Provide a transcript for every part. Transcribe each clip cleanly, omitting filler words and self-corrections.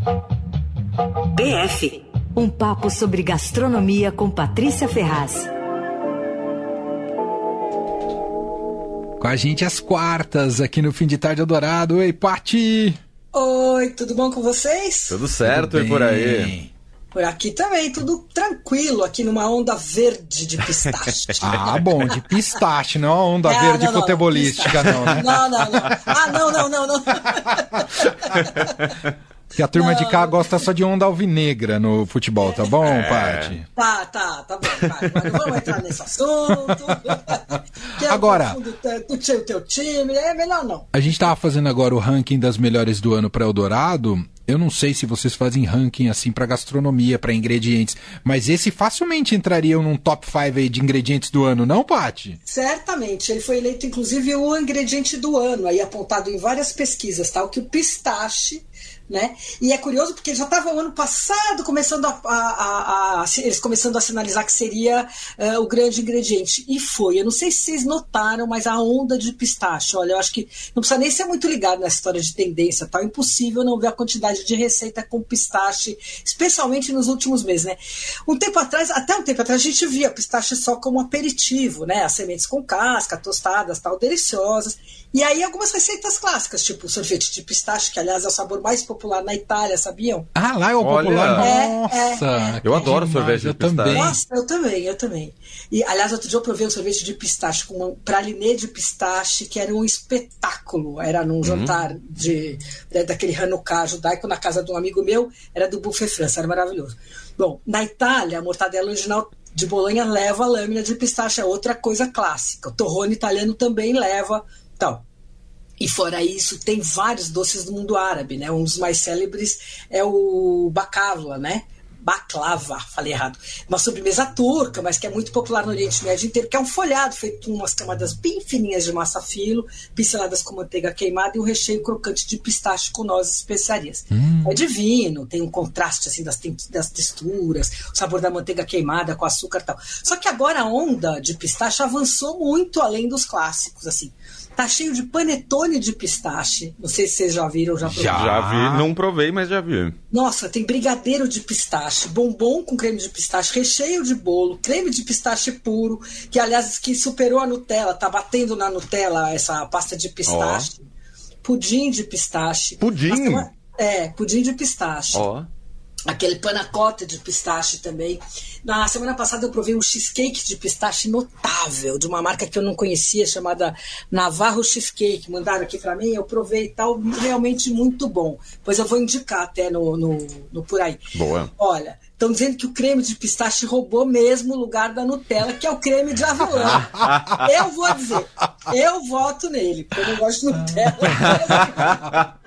PF, um papo sobre gastronomia com Patrícia Ferraz. Com a gente às quartas, aqui no Fim de Tarde Eldorado. Oi, Pati! Oi, tudo bom com vocês? Tudo certo e por aí? Por aqui também, tudo tranquilo, aqui numa onda verde de pistache. Ah, bom, de pistache, não a onda verde futebolística, não, né? Não. Ah, não. Porque a turma de cá gosta só de onda alvinegra no futebol, tá bom, Pati? Tá bom, vai. Não vamos entrar nesse assunto. Agora, o teu time, é melhor não. A gente tava fazendo agora o ranking das melhores do ano para Eldorado. Eu não sei se vocês fazem ranking assim para gastronomia, para ingredientes, mas esse facilmente entraria num top 5 aí de ingredientes do ano, não, Pati? Certamente, ele foi eleito inclusive o ingrediente do ano, aí apontado em várias pesquisas, tal, que o pistache, né? E é curioso porque já estava o ano passado começando eles começando a sinalizar que seria o grande ingrediente. E foi. Eu não sei se vocês notaram, mas a onda de pistache, olha, eu acho que não precisa nem ser muito ligado nessa história de tendência, tal. É impossível não ver a quantidade de receita com pistache, especialmente nos últimos meses, né? Até um tempo atrás, a gente via pistache só como aperitivo, né? As sementes com casca, tostadas, tal, deliciosas. E aí algumas receitas clássicas, tipo sorvete de pistache, que aliás é o sabor mais popular na Itália, sabiam? Ah, lá é o popular? Nossa! Eu adoro sorvete de pistache. Também. Nossa, eu também. E aliás, outro dia eu provei um sorvete de pistache com um pralinê de pistache, que era um espetáculo. Era num jantar daquele Hanukkah judaico na casa de um amigo meu, era do Buffet França, era maravilhoso. Bom, na Itália, a mortadela original de Bolonha leva lâmina de pistache, é outra coisa clássica. O torrone italiano também leva, tal. E fora isso, tem vários doces do mundo árabe, né? Um dos mais célebres é o baklava, né? Baklava, falei errado. Uma sobremesa turca, mas que é muito popular no Oriente Médio inteiro, que é um folhado feito com umas camadas bem fininhas de massa filo, pinceladas com manteiga queimada e um recheio crocante de pistache com nozes e especiarias. É divino, tem um contraste assim das texturas, o sabor da manteiga queimada com açúcar e tal. Só que agora a onda de pistache avançou muito além dos clássicos, assim. Tá cheio de panetone de pistache. Não sei se vocês já viram, já provaram. Já vi, não provei, mas já vi. Nossa, tem brigadeiro de pistache, bombom com creme de pistache, recheio de bolo, creme de pistache puro, que aliás que superou a Nutella, tá batendo na Nutella essa pasta de pistache. Pudim de pistache. Pudim? Pudim de pistache. Aquele panna cotta de pistache também. Na semana passada eu provei um cheesecake de pistache notável, de uma marca que eu não conhecia, chamada Navarro Cheesecake. Mandaram aqui pra mim, eu provei e tal, realmente muito bom. Pois eu vou indicar até no por aí. Boa. Olha, estão dizendo que o creme de pistache roubou mesmo o lugar da Nutella, que é o creme de avelã. Eu vou dizer, eu voto nele, porque eu não gosto de Nutella.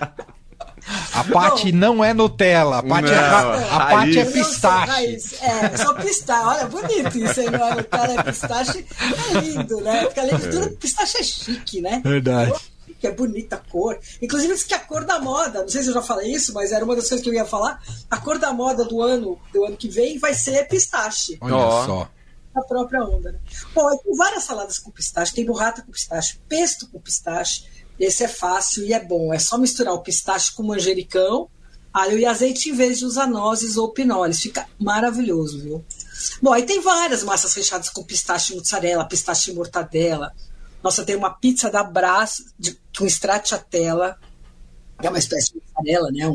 A Pati não é Nutella, a Pati é pistache. Só pistache. Olha, bonito isso aí, não é Nutella, é pistache. É lindo, né? Porque além de tudo, pistache é chique, né? Verdade. Que é bonita a cor. Inclusive, diz que a cor da moda, não sei se eu já falei isso, mas era uma das coisas que eu ia falar. A cor da moda do ano que vem vai ser pistache. Olha só. A própria onda, né? Bom, tem várias saladas com pistache, tem burrata com pistache, pesto com pistache. Esse é fácil e é bom. É só misturar o pistache com manjericão, alho e azeite em vez de usar nozes ou pinóis. Fica maravilhoso, viu? Bom, aí tem várias massas recheadas com pistache mozzarella, pistache mortadela. Nossa, tem uma pizza da Brás com stracciatella, que é uma espécie de mussarela, né?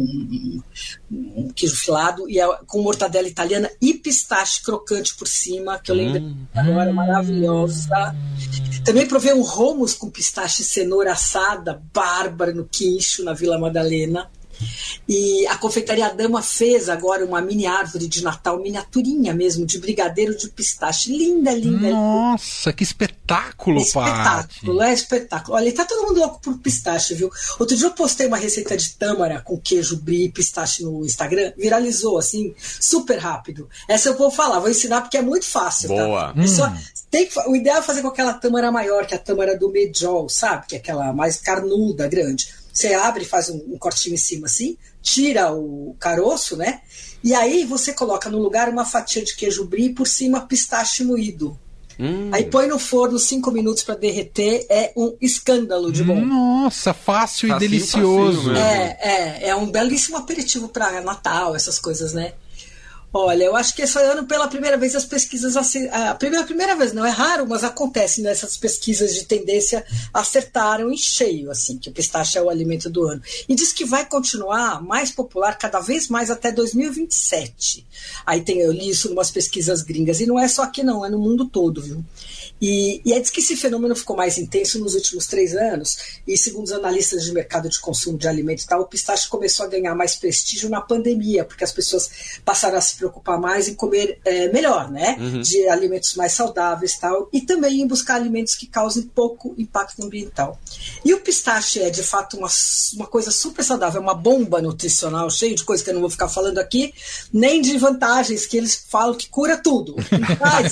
Um queijo filado, e com mortadela italiana e pistache crocante por cima, que eu lembro agora, maravilhosa. Também provei um hummus com pistache e cenoura assada, bárbara, no Quincho, na Vila Madalena. E a confeitaria Dama fez agora uma mini árvore de Natal, miniaturinha mesmo, de brigadeiro de pistache. Linda, linda. Nossa, que espetáculo, espetáculo, Pati. é espetáculo. Olha, tá todo mundo louco por pistache, viu? Outro dia eu postei uma receita de tâmara com queijo brie e pistache no Instagram, viralizou, assim, super rápido. Essa eu vou falar, vou ensinar porque é muito fácil, Boa. Tá? O ideal é fazer com aquela tâmara maior, que é a tâmara do Medjol, sabe? Que é aquela mais carnuda, grande. Você abre e faz um cortinho em cima assim, tira o caroço, né? E aí você coloca no lugar uma fatia de queijo brie e por cima pistache moído. Aí põe no forno 5 minutos para derreter, é um escândalo de bom. Nossa, fácil e delicioso. É um belíssimo aperitivo para Natal, essas coisas, né? Olha, eu acho que esse ano, pela primeira vez, as pesquisas... A primeira vez, não é raro, mas acontece nessas pesquisas de tendência, acertaram em cheio, assim, que o pistache é o alimento do ano. E diz que vai continuar mais popular cada vez mais até 2027. Aí eu li isso em umas pesquisas gringas, e não é só aqui não, é no mundo todo, viu? E diz que esse fenômeno ficou mais intenso nos últimos 3 anos, e segundo os analistas de mercado de consumo de alimentos e tal, o pistache começou a ganhar mais prestígio na pandemia, porque as pessoas passaram a se preocupar mais em comer melhor, né? De alimentos mais saudáveis e tal, e também em buscar alimentos que causem pouco impacto ambiental. E o pistache é, de fato, uma coisa super saudável, é uma bomba nutricional, cheio de coisas que eu não vou ficar falando aqui, nem de vantagens que eles falam que cura tudo. Mas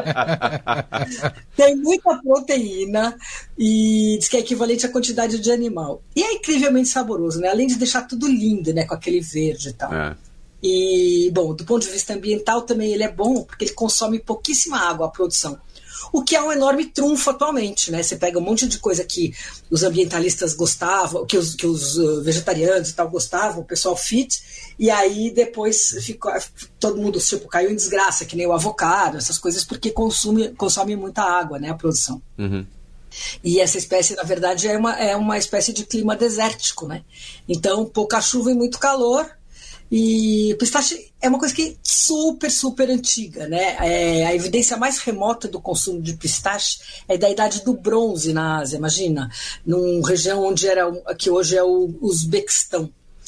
tem muita proteína e diz que é equivalente à quantidade de animal. E é incrivelmente saboroso, né? Além de deixar tudo lindo, né? Com aquele verde e tal. E, bom, do ponto de vista ambiental também ele é bom, porque ele consome pouquíssima água a produção. O que é um enorme trunfo atualmente, né? Você pega um monte de coisa que os ambientalistas gostavam, que os vegetarianos e tal gostavam, o pessoal fit, e aí depois todo mundo tipo, caiu em desgraça, que nem o avocado, essas coisas, porque consome muita água, né? A produção. E essa espécie, na verdade, é uma espécie de clima desértico, né? Então, pouca chuva e muito calor. E o pistache é uma coisa que é super, super antiga, né? A evidência mais remota do consumo de pistache é da Idade do Bronze na Ásia, imagina, numa região que hoje é o Uzbequistão.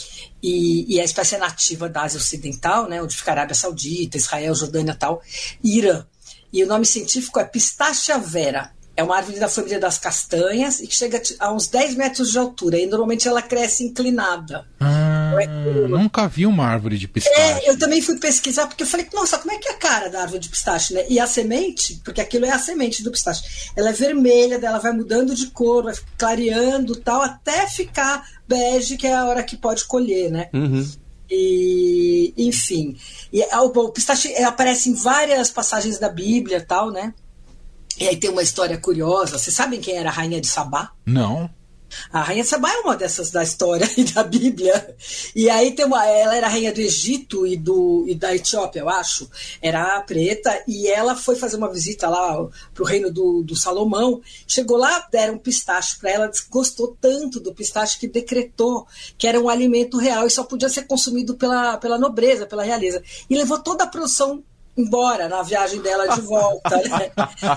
E a espécie é nativa da Ásia Ocidental, né? Onde fica a Arábia Saudita, Israel, Jordânia e tal, e Irã. E o nome científico é Pistacia vera. É uma árvore da família das castanhas e que chega a uns 10 metros de altura. E normalmente ela cresce inclinada. Nunca vi uma árvore de pistache. Eu também fui pesquisar, porque eu falei, nossa, como é que é a cara da árvore de pistache, né? E a semente, porque aquilo é a semente do pistache, ela é vermelha, ela vai mudando de cor, vai clareando tal, até ficar bege, que é a hora que pode colher, né? E, enfim. O pistache aparece em várias passagens da Bíblia e tal, né? E aí tem uma história curiosa. Vocês sabem quem era a rainha de Sabá? Não. A rainha de Sabá é uma dessas da história e da Bíblia. E aí ela era rainha do Egito e da Etiópia, eu acho. Era preta, e ela foi fazer uma visita lá pro reino do Salomão. Chegou lá, deram um pistache para ela, gostou tanto do pistache que decretou que era um alimento real e só podia ser consumido pela nobreza, pela realeza. E levou toda a produção embora na viagem dela de volta, né?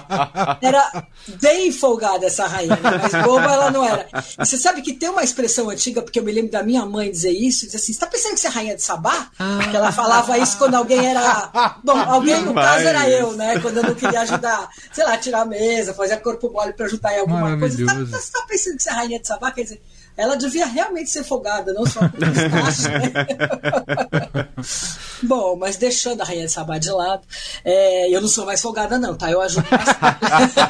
Era bem folgada essa rainha, né? Mas boba ela não era. E você sabe que tem uma expressão antiga, porque eu me lembro da minha mãe dizer isso, dizer assim, você tá pensando que você é rainha de Sabá? Que ela falava isso quando alguém era... Bom, alguém no caso era eu, né? Quando eu não queria ajudar, sei lá, tirar a mesa, fazer corpo mole para ajudar em alguma coisa. Você tá pensando que você é rainha de Sabá? Quer dizer, ela devia realmente ser folgada, não só por pistache, né? Bom, mas deixando a rainha de Sabá de lado, eu não sou mais folgada não, tá? Eu ajudo bastante.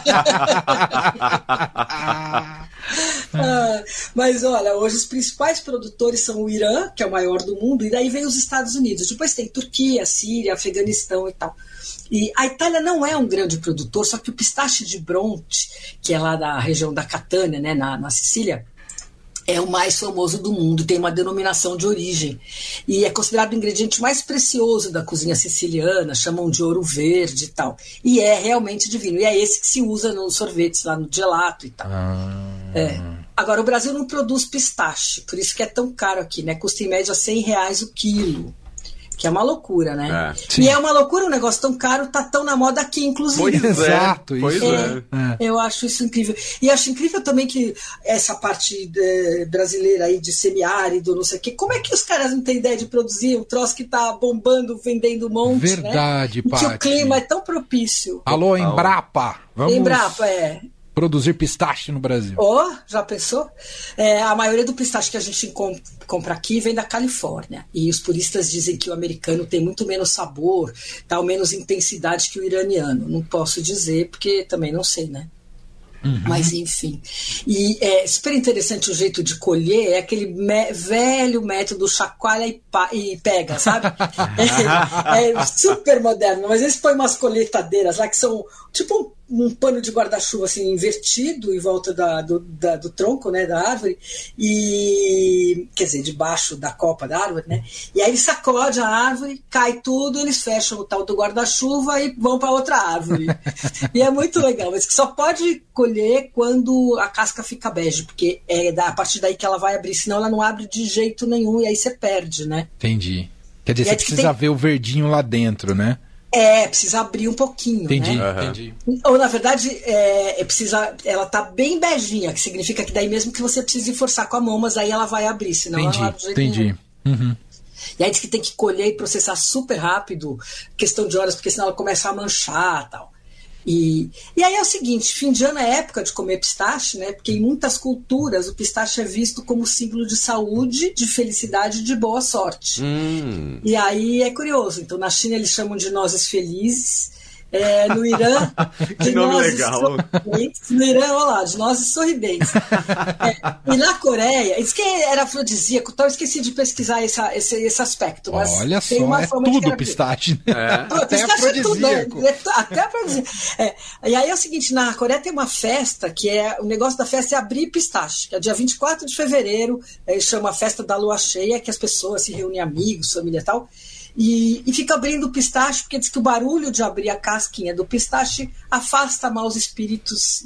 Mas olha, hoje os principais produtores são o Irã, que é o maior do mundo, e daí vem os Estados Unidos. Depois tem Turquia, Síria, Afeganistão e tal. E a Itália não é um grande produtor, só que o pistache de Bronte, que é lá da região da Catânia, né, na Sicília, é o mais famoso do mundo, tem uma denominação de origem. E é considerado o ingrediente mais precioso da cozinha siciliana, chamam de ouro verde e tal. E é realmente divino. E é esse que se usa nos sorvetes, lá no gelato e tal. Agora, o Brasil não produz pistache, por isso que é tão caro aqui, né? Custa em média R$100 o quilo. Que é uma loucura, né? E é uma loucura um negócio tão caro, tá tão na moda aqui, inclusive. Exato, pois é. Eu acho isso incrível. E acho incrível também que essa parte brasileira aí de semiárido, não sei o quê, como é que os caras não têm ideia de produzir um troço que tá bombando, vendendo um monte, Verdade, né? Paty. Que o clima é tão propício. Alô, Embrapa. Vamos Embrapa, produzir pistache no Brasil. Já pensou? A maioria do pistache que a gente compra aqui vem da Califórnia. E os puristas dizem que o americano tem muito menos sabor, tal, menos intensidade que o iraniano. Não posso dizer, porque também não sei, né? Mas enfim. E é super interessante o jeito de colher, é aquele velho método chacoalha e pega, sabe? É super moderno, mas eles põem umas colheitadeiras lá que são tipo um pano de guarda-chuva assim, invertido em volta do tronco, né, da árvore, e quer dizer, debaixo da copa da árvore, né? E aí ele sacode a árvore, cai tudo, eles fecham o tal do guarda-chuva e vão para outra árvore. E é muito legal, mas que só pode colher quando a casca fica bege, porque é a partir daí que ela vai abrir, senão ela não abre de jeito nenhum e aí você perde, né? Entendi. Quer dizer, você precisa ver o verdinho lá dentro, né? Precisa abrir um pouquinho, entendi, né? Entendi. Ou, na verdade, ela tá bem beijinha, que significa que daí mesmo que você precise forçar com a mão, mas aí ela vai abrir, senão ela não abre de jeito nenhum. Uhum. E aí diz que tem que colher e processar super rápido, questão de horas, porque senão ela começa a manchar e tal. E aí é o seguinte, fim de ano é época de comer pistache, né? Porque em muitas culturas o pistache é visto como símbolo de saúde, de felicidade e de boa sorte. E aí é curioso. Então na China eles chamam de nozes felizes. No Irã, de nozes sorridentes. No Irã, olha lá, de nozes sorridentes. E na Coreia, diz que era afrodisíaco, então eu esqueci de pesquisar esse aspecto. Mas olha só, é tudo pistache. Até afrodisíaco. Até afrodisíaco. E aí é o seguinte, na Coreia tem uma festa, que o negócio da festa é abrir pistache, que é dia 24 de fevereiro, chama a festa da lua cheia, que as pessoas se reúnem, amigos, família e tal, e fica abrindo o pistache, porque diz que o barulho de abrir a casquinha do pistache afasta maus espíritos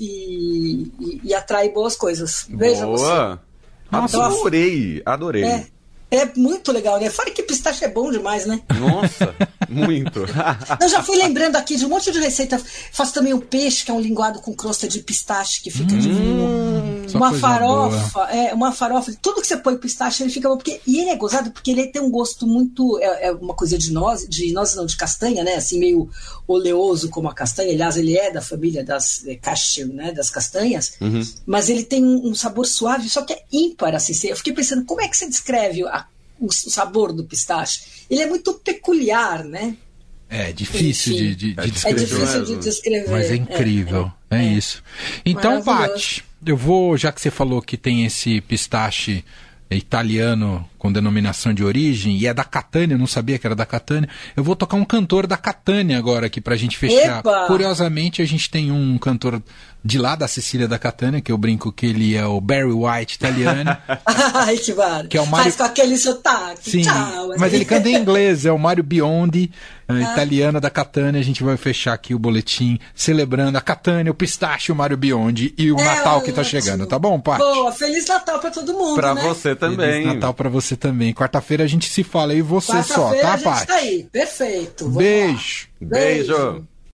e atrai boas coisas. Veja você. Nossa, adorei. É muito legal, né? Fora que pistache é bom demais, né? Nossa, muito. Eu já fui lembrando aqui de um monte de receita. Faço também um peixe, que é um linguado com crosta de pistache, que fica divino. Uma farofa. Tudo que você põe pistache, ele fica bom. E ele é gozado porque ele tem um gosto muito... É uma coisa de castanha, né? Assim, meio oleoso como a castanha. Aliás, ele é da família das cashew, né? Das castanhas. Mas ele tem um sabor suave, só que é ímpar, assim. Eu fiquei pensando, como é que você descreve o sabor do pistache? Ele é muito peculiar, né? É difícil de descrever. É difícil de descrever. Mas é incrível. É isso. Então, Paty, eu vou, já que você falou que tem esse pistache italiano com denominação de origem, e é da Catânia, eu não sabia que era da Catânia, eu vou tocar um cantor da Catânia agora aqui pra gente fechar. Epa! Curiosamente, a gente tem um cantor de lá da Sicília da Catânia, que eu brinco que ele é o Barry White italiano. Ai, que maravilha. Que é o Mário... Faz com aquele sotaque. Sim, tchau. Mas ele canta em inglês, é o Mário Biondi, italiano da Catânia. A gente vai fechar aqui o boletim celebrando a Catânia, o pistache, o Mário Biondi e o Natal que tá chegando, tá bom, Paty? Boa, Feliz Natal pra todo mundo, pra né? você também. Feliz Natal pra você também. Quarta-feira a gente se fala aí, você só, tá, Paty? Tá aí, perfeito. Beijo. Beijo.